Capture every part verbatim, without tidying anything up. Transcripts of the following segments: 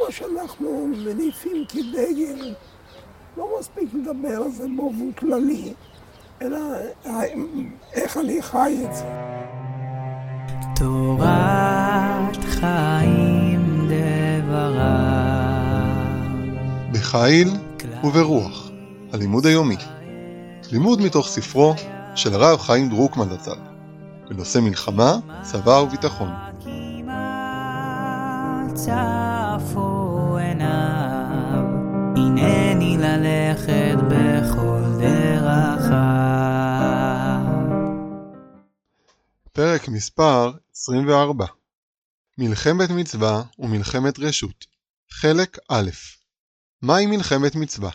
שאנחנו מניפים כדגל, לא מספיק לדבר על זה באופן כללי, אלא איך אני חי את זה. תורת חיים דברה בחיל וברוח, הלימוד היומי. לימוד מתוך ספרו של הרב חיים דרוקמן זצ"ל, בנושא מלחמה, צבא וביטחון. צפו עיניו, הנני ללכת בכל דרכיו. פרק מספר עשרים וארבע. מלחמת מצווה ומלחמת רשות. חלק א'. מהי מלחמת מצווה?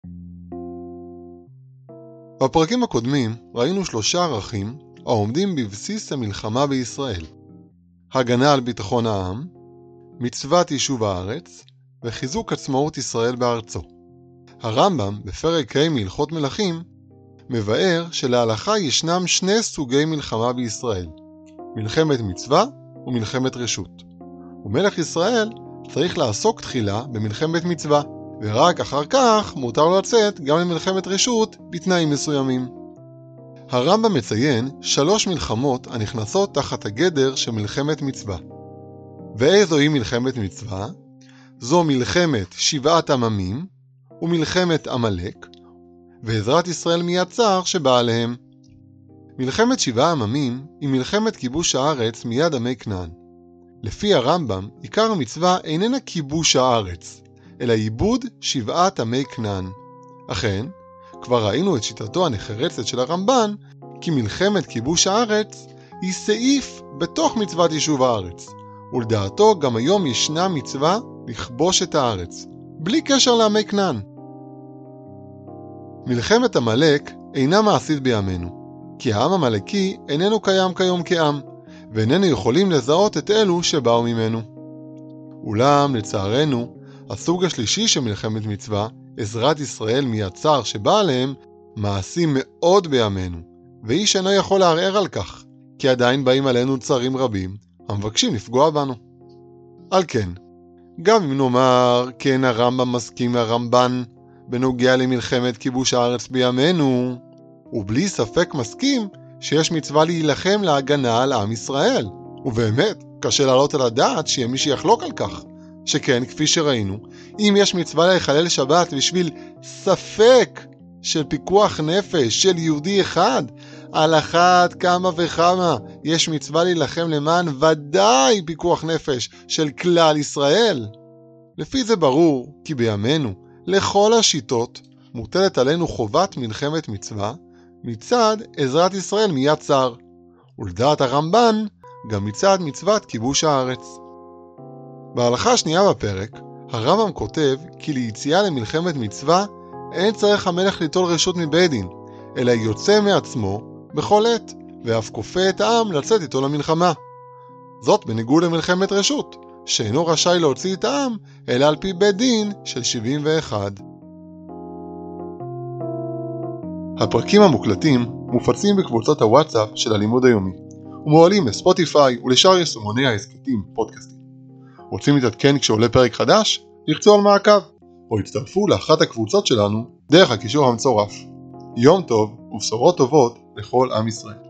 בפרקים הקודמים ראינו שלושה ערכים העומדים בבסיס המלחמה בישראל: הגנה על ביטחון העם, מצוות יישוב הארץ, וחיזוק עצמאות ישראל בארצו. הרמב"ם בפרק ה' מהלכות מלכים מבאר שלהלכה ישנם שני סוגי מלחמה בישראל: מלחמת מצווה ומלחמת רשות. ומלך ישראל צריך לעסוק תחילה במלחמת מצווה, ורק אחר כך מותר לו לצאת גם למלחמת רשות בתנאים מסוימים. הרמב"ם מציין שלוש מלחמות הנכנסות תחת הגדר של מלחמת מצווה. ואיזו היא מלחמת מצווה? זו מלחמת שבעת עממים ומלחמת עמלק, ועזרת ישראל מיצר שבא עליהם. מלחמת שבעה עממים היא מלחמת כיבוש הארץ מיד עמי כנען. לפי הרמב"ם, עיקר המצווה איננה כיבוש הארץ, אלא עיבוד שבעת עמי כנען. אכן, כבר ראינו את שיטתו הנחרצת של הרמב"ן, כי מלחמת כיבוש הארץ היא סעיף בתוך מצוות יישוב הארץ, ולדעתו גם היום ישנה מצווה לכבוש את הארץ, בלי קשר לעמי כנען. מלחמת עמלק אינה מעשית בימינו, כי העם המלכי איננו קיים כיום כעם, ואיננו יכולים לזהות את אלו שבאו ממנו. אולם, לצערנו, הסוג השלישי של מלחמת מצווה, עזרת ישראל מיצר שבא עליהם, מעשי מאוד בימינו, ואיש אינו יכול לערער על כך, כי עדיין באים עלינו צרים רבים, המבקשים לפגוע בנו. על כן, גם אם נאמר כן הרמב"ם מסכים לרמב"ן בנוגע למלחמת כיבוש הארץ בימינו, ובלי ספק מסכים שיש מצווה להילחם להגנה על עם ישראל. ובאמת, קשה לעלות על הדעת שיהיה מי שיחלוק על כך. שכן, כפי שראינו, אם יש מצווה לחלל שבת בשביל ספק של פיקוח נפש של יהודי אחד, על אחת כמה וכמה יש מצווה להילחם למען ודאי פיקוח נפש של כלל ישראל. לפי זה ברור כי בימינו, לכל השיטות, מוטלת עלינו חובת מלחמת מצווה מצד עזרת ישראל מיצר, ולדעת הרמב"ן גם מצד מצוות כיבוש הארץ. בהלכה השנייה בפרק, הרמב"ם כותב כי ליציאה למלחמת מצווה אין צריך המלך ליטול רשות מבית דין, אלא יוצא מעצמו בכל עת, ואף כופה את העם לצאת איתו למלחמה. זאת בניגוד למלחמת רשות, שאינו רשאי להוציא את העם, אלא על פי בית דין של שבעים ואחת. הפרקים המוקלטים מופצים בקבוצות הוואטסאפ של הלימוד היומי, ומועלים לספוטיפיי ולשאר יישומוני ההסכתים פודקאסטים. רוצים להתעדכן כשעולה פרק חדש? לחצו על מעקב, או הצטרפו לאחת הקבוצות שלנו דרך הקישור המצורף. יום טוב ובשורות טובות לכל עם ישראל.